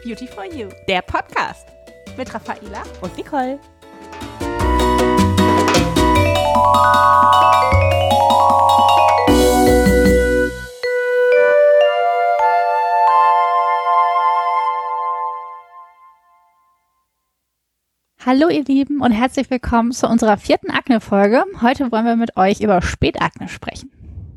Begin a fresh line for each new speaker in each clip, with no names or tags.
Beauty for You,
Der Podcast
mit Raffaela
und Nicole.
Hallo ihr Lieben und herzlich willkommen zu unserer 4. Akne-Folge. Heute wollen wir mit euch über Spätakne sprechen.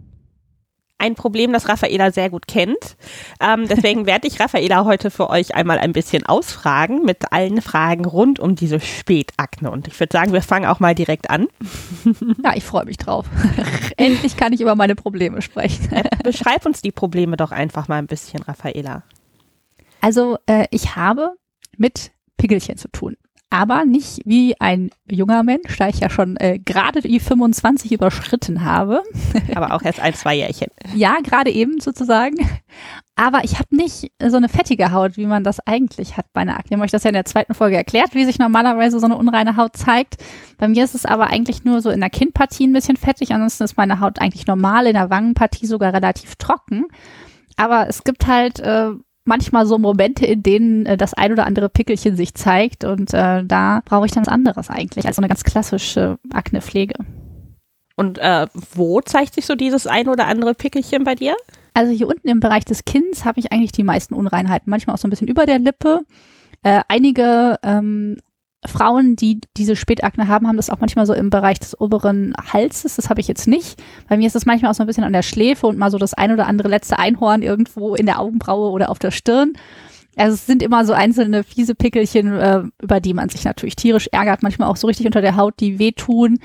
Ein Problem, das Raffaela sehr gut kennt. Deswegen werde ich Raffaela heute für euch einmal ein bisschen ausfragen mit allen Fragen rund um diese Spätakne. Und ich würde sagen, wir fangen auch mal direkt an.
Ja, ich freue mich drauf. Endlich kann ich über meine Probleme sprechen.
Beschreib uns die Probleme doch einfach mal ein bisschen, Raffaela.
Also ich habe mit Pickelchen zu tun. Aber nicht wie ein junger Mensch, da ich ja schon gerade die 25 überschritten habe.
Aber auch erst 1-2 Jährchen.
Ja, gerade eben sozusagen. Aber ich habe nicht so eine fettige Haut, wie man das eigentlich hat bei einer Akne. Ich habe euch das ja in der 2. Folge erklärt, wie sich normalerweise so eine unreine Haut zeigt. Bei mir ist es aber eigentlich nur so in der Kinnpartie ein bisschen fettig. Ansonsten ist meine Haut eigentlich normal, in der Wangenpartie sogar relativ trocken. Aber es gibt halt manchmal so Momente, in denen das ein oder andere Pickelchen sich zeigt und da brauche ich dann was anderes eigentlich, als so eine ganz klassische Aknepflege.
Und wo zeigt sich so dieses ein oder andere Pickelchen bei dir?
Also hier unten im Bereich des Kinns habe ich eigentlich die meisten Unreinheiten, manchmal auch so ein bisschen über der Lippe. Einige Frauen, die diese Spätakne haben, haben das auch manchmal so im Bereich des oberen Halses. Das habe ich jetzt nicht. Bei mir ist das manchmal auch so ein bisschen an der Schläfe und mal so das ein oder andere letzte Einhorn irgendwo in der Augenbraue oder auf der Stirn. Also es sind immer so einzelne fiese Pickelchen, über die man sich natürlich tierisch ärgert, manchmal auch so richtig unter der Haut, die wehtun.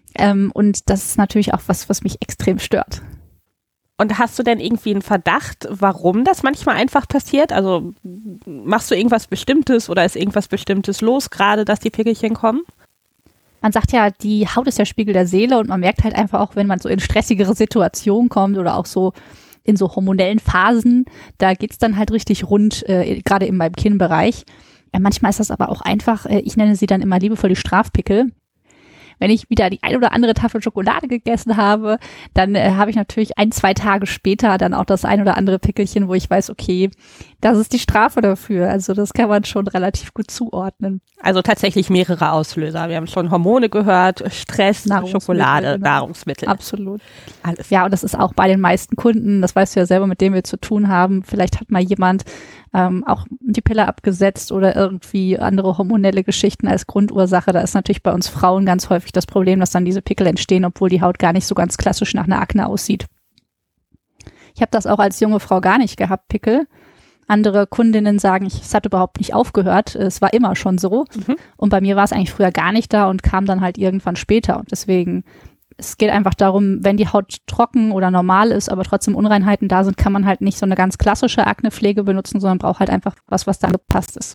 Und das ist natürlich auch was mich extrem stört.
Und hast du denn irgendwie einen Verdacht, warum das manchmal einfach passiert? Also machst du irgendwas Bestimmtes oder ist irgendwas Bestimmtes los, gerade dass die Pickelchen kommen?
Man sagt ja, die Haut ist der Spiegel der Seele und man merkt halt einfach auch, wenn man so in stressigere Situationen kommt oder auch so in so hormonellen Phasen, da geht's dann halt richtig rund, gerade in meinem Kinnbereich. Manchmal ist das aber auch einfach, ich nenne sie dann immer liebevoll die Strafpickel. Wenn ich wieder die ein oder andere Tafel Schokolade gegessen habe, dann habe ich natürlich 1-2 Tage später dann auch das ein oder andere Pickelchen, wo ich weiß, okay, das ist die Strafe dafür. Also das kann man schon relativ gut zuordnen.
Also tatsächlich mehrere Auslöser. Wir haben schon Hormone gehört, Stress, Schokolade,
genau.
Nahrungsmittel.
Absolut.
Alles.
Ja, und das ist auch bei den meisten Kunden, das weißt du ja selber, mit denen wir zu tun haben. Vielleicht hat mal jemand auch die Pille abgesetzt oder irgendwie andere hormonelle Geschichten als Grundursache. Da ist natürlich bei uns Frauen ganz häufig das Problem, dass dann diese Pickel entstehen, obwohl die Haut gar nicht so ganz klassisch nach einer Akne aussieht. Ich habe das auch als junge Frau gar nicht gehabt, Pickel. Andere Kundinnen sagen, es hat überhaupt nicht aufgehört. Es war immer schon so. Und bei mir war es eigentlich früher gar nicht da und kam dann halt irgendwann später. Und deswegen, es geht einfach darum, wenn die Haut trocken oder normal ist, aber trotzdem Unreinheiten da sind, kann man halt nicht so eine ganz klassische Aknepflege benutzen, sondern braucht halt einfach was da gepasst ist.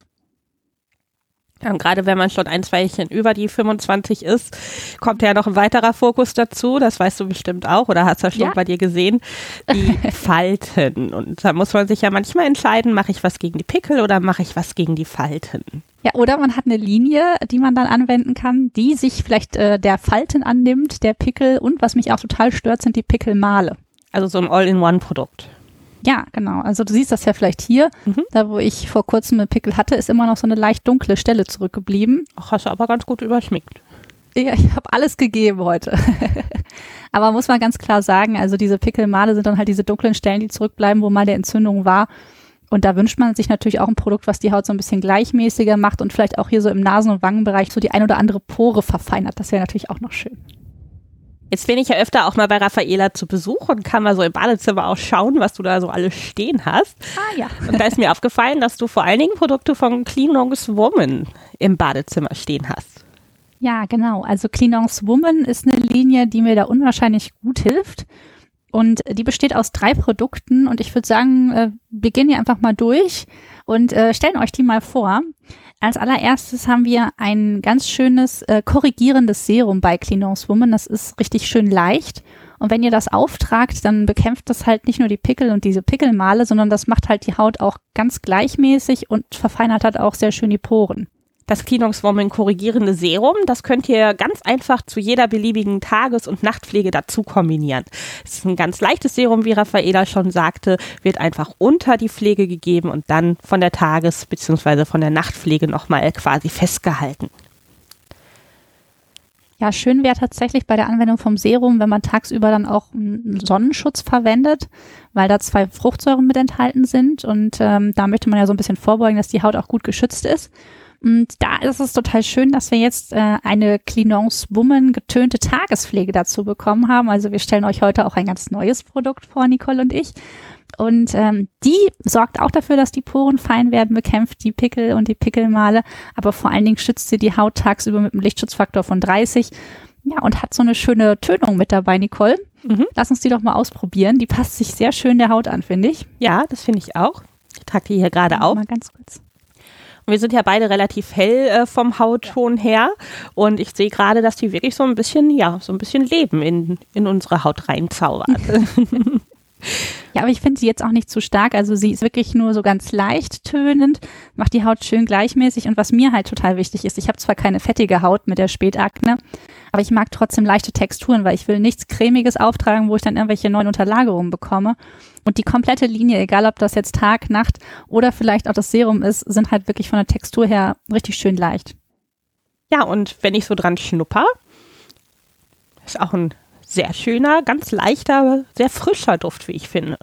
Ja, und gerade wenn man schon 1-2 Jährchen über die 25 ist, kommt ja noch ein weiterer Fokus dazu. Das weißt du bestimmt auch oder hast du schon bei dir gesehen. Die Falten. Und da muss man sich ja manchmal entscheiden, mache ich was gegen die Pickel oder mache ich was gegen die Falten?
Ja, oder man hat eine Linie, die man dann anwenden kann, die sich vielleicht der Falten annimmt, der Pickel und was mich auch total stört, sind die Pickelmale.
Also so ein All-in-One-Produkt.
Ja, genau. Also du siehst das ja vielleicht hier, da wo ich vor kurzem eine Pickel hatte, ist immer noch so eine leicht dunkle Stelle zurückgeblieben.
Ach, hast du aber ganz gut überschminkt.
Ja, ich habe alles gegeben heute. Aber muss man ganz klar sagen, also diese Pickelmale sind dann halt diese dunklen Stellen, die zurückbleiben, wo mal der Entzündung war. Und da wünscht man sich natürlich auch ein Produkt, was die Haut so ein bisschen gleichmäßiger macht und vielleicht auch hier so im Nasen- und Wangenbereich so die ein oder andere Pore verfeinert. Das wäre natürlich auch noch schön.
Jetzt bin ich ja öfter auch mal bei Raffaela zu Besuch und kann mal so im Badezimmer auch schauen, was du da so alles stehen hast.
Ah ja.
Und da ist mir aufgefallen, dass du vor allen Dingen Produkte von Cleanongs Woman im Badezimmer stehen hast.
Ja, genau. Also Cleanongs Woman ist eine Linie, die mir da unwahrscheinlich gut hilft. Und die besteht aus 3 Produkten und ich würde sagen, wir gehen hier einfach mal durch und stellen euch die mal vor. Als allererstes haben wir ein ganz schönes korrigierendes Serum bei Cleanongs Woman. Das ist richtig schön leicht. Und wenn ihr das auftragt, dann bekämpft das halt nicht nur die Pickel und diese Pickelmale, sondern das macht halt die Haut auch ganz gleichmäßig und verfeinert halt auch sehr schön die Poren.
Das Cleanox Woman korrigierende Serum, das könnt ihr ganz einfach zu jeder beliebigen Tages- und Nachtpflege dazu kombinieren. Es ist ein ganz leichtes Serum, wie Raffaela schon sagte, wird einfach unter die Pflege gegeben und dann von der Tages- bzw. von der Nachtpflege nochmal quasi festgehalten.
Ja, schön wäre tatsächlich bei der Anwendung vom Serum, wenn man tagsüber dann auch einen Sonnenschutz verwendet, weil da 2 Fruchtsäuren mit enthalten sind und da möchte man ja so ein bisschen vorbeugen, dass die Haut auch gut geschützt ist. Und da ist es total schön, dass wir jetzt eine Cleanox Woman getönte Tagespflege dazu bekommen haben. Also wir stellen euch heute auch ein ganz neues Produkt vor, Nicole und ich. Und die sorgt auch dafür, dass die Poren fein werden, bekämpft die Pickel und die Pickelmale, aber vor allen Dingen schützt sie die Haut tagsüber mit einem Lichtschutzfaktor von 30. Ja, und hat so eine schöne Tönung mit dabei, Nicole. Lass uns die doch mal ausprobieren. Die passt sich sehr schön der Haut an, finde ich.
Ja, das finde ich auch. Ich trage die hier gerade auf.
Mal ganz kurz.
Und wir sind ja beide relativ hell vom Hautton her und ich sehe gerade, dass die wirklich so ein bisschen Leben in unsere Haut reinzaubert.
Ja, aber ich finde sie jetzt auch nicht zu stark. Also sie ist wirklich nur so ganz leicht tönend, macht die Haut schön gleichmäßig. Und was mir halt total wichtig ist, ich habe zwar keine fettige Haut mit der Spätakne, aber ich mag trotzdem leichte Texturen, weil ich will nichts Cremiges auftragen, wo ich dann irgendwelche neuen Unterlagerungen bekomme. Und die komplette Linie, egal ob das jetzt Tag, Nacht oder vielleicht auch das Serum ist, sind halt wirklich von der Textur her richtig schön leicht.
Ja, und wenn ich so dran schnupper, ist auch ein sehr schöner, ganz leichter, sehr frischer Duft, wie ich finde.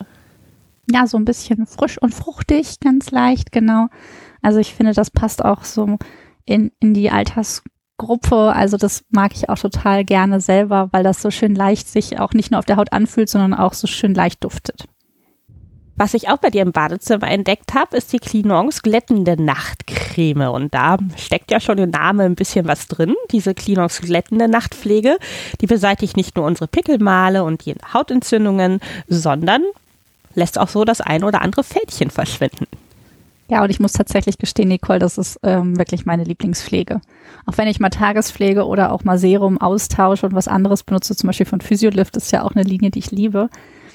Ja, so ein bisschen frisch und fruchtig, ganz leicht, genau. Also ich finde, das passt auch so in die Altersgruppe. Also das mag ich auch total gerne selber, weil das so schön leicht sich auch nicht nur auf der Haut anfühlt, sondern auch so schön leicht duftet.
Was ich auch bei dir im Badezimmer entdeckt habe, ist die Cleanox glättende Nachtcreme. Und da steckt ja schon im Namen ein bisschen was drin. Diese Cleanox glättende Nachtpflege, die beseitigt nicht nur unsere Pickelmale und die Hautentzündungen, sondern lässt auch so das ein oder andere Fältchen verschwinden.
Ja, und ich muss tatsächlich gestehen, Nicole, das ist wirklich meine Lieblingspflege. Auch wenn ich mal Tagespflege oder auch mal Serum austausche und was anderes benutze, zum Beispiel von Physiolift, ist ja auch eine Linie, die ich liebe.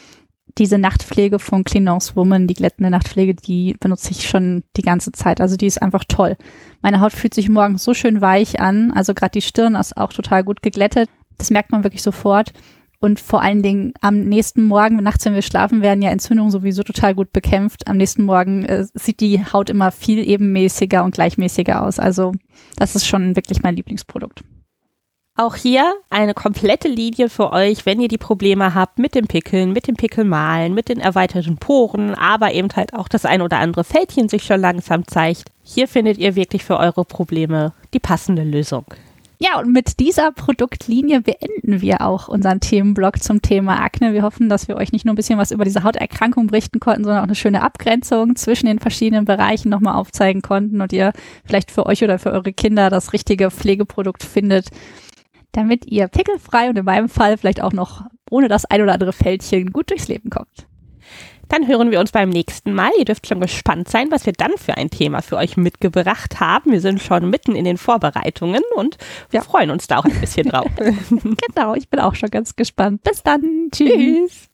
Diese Nachtpflege von Cleanox Woman, die glättende Nachtpflege, die benutze ich schon die ganze Zeit. Also die ist einfach toll. Meine Haut fühlt sich morgens so schön weich an. Also gerade die Stirn ist auch total gut geglättet. Das merkt man wirklich sofort. Und vor allen Dingen am nächsten Morgen, nachts, wenn wir schlafen, werden ja Entzündungen sowieso total gut bekämpft. Am nächsten Morgen sieht die Haut immer viel ebenmäßiger und gleichmäßiger aus. Also das ist schon wirklich mein Lieblingsprodukt.
Auch hier eine komplette Linie für euch, wenn ihr die Probleme habt mit den Pickeln, mit den Pickelmalen, mit den erweiterten Poren, aber eben halt auch das ein oder andere Fältchen sich schon langsam zeigt. Hier findet ihr wirklich für eure Probleme die passende Lösung.
Ja, und mit dieser Produktlinie beenden wir auch unseren Themenblock zum Thema Akne. Wir hoffen, dass wir euch nicht nur ein bisschen was über diese Hauterkrankung berichten konnten, sondern auch eine schöne Abgrenzung zwischen den verschiedenen Bereichen nochmal aufzeigen konnten und ihr vielleicht für euch oder für eure Kinder das richtige Pflegeprodukt findet, damit ihr pickelfrei und in meinem Fall vielleicht auch noch ohne das ein oder andere Fältchen gut durchs Leben kommt.
Dann hören wir uns beim nächsten Mal. Ihr dürft schon gespannt sein, was wir dann für ein Thema für euch mitgebracht haben. Wir sind schon mitten in den Vorbereitungen und wir freuen uns da auch ein bisschen drauf.
Genau, ich bin auch schon ganz gespannt. Bis dann. Tschüss.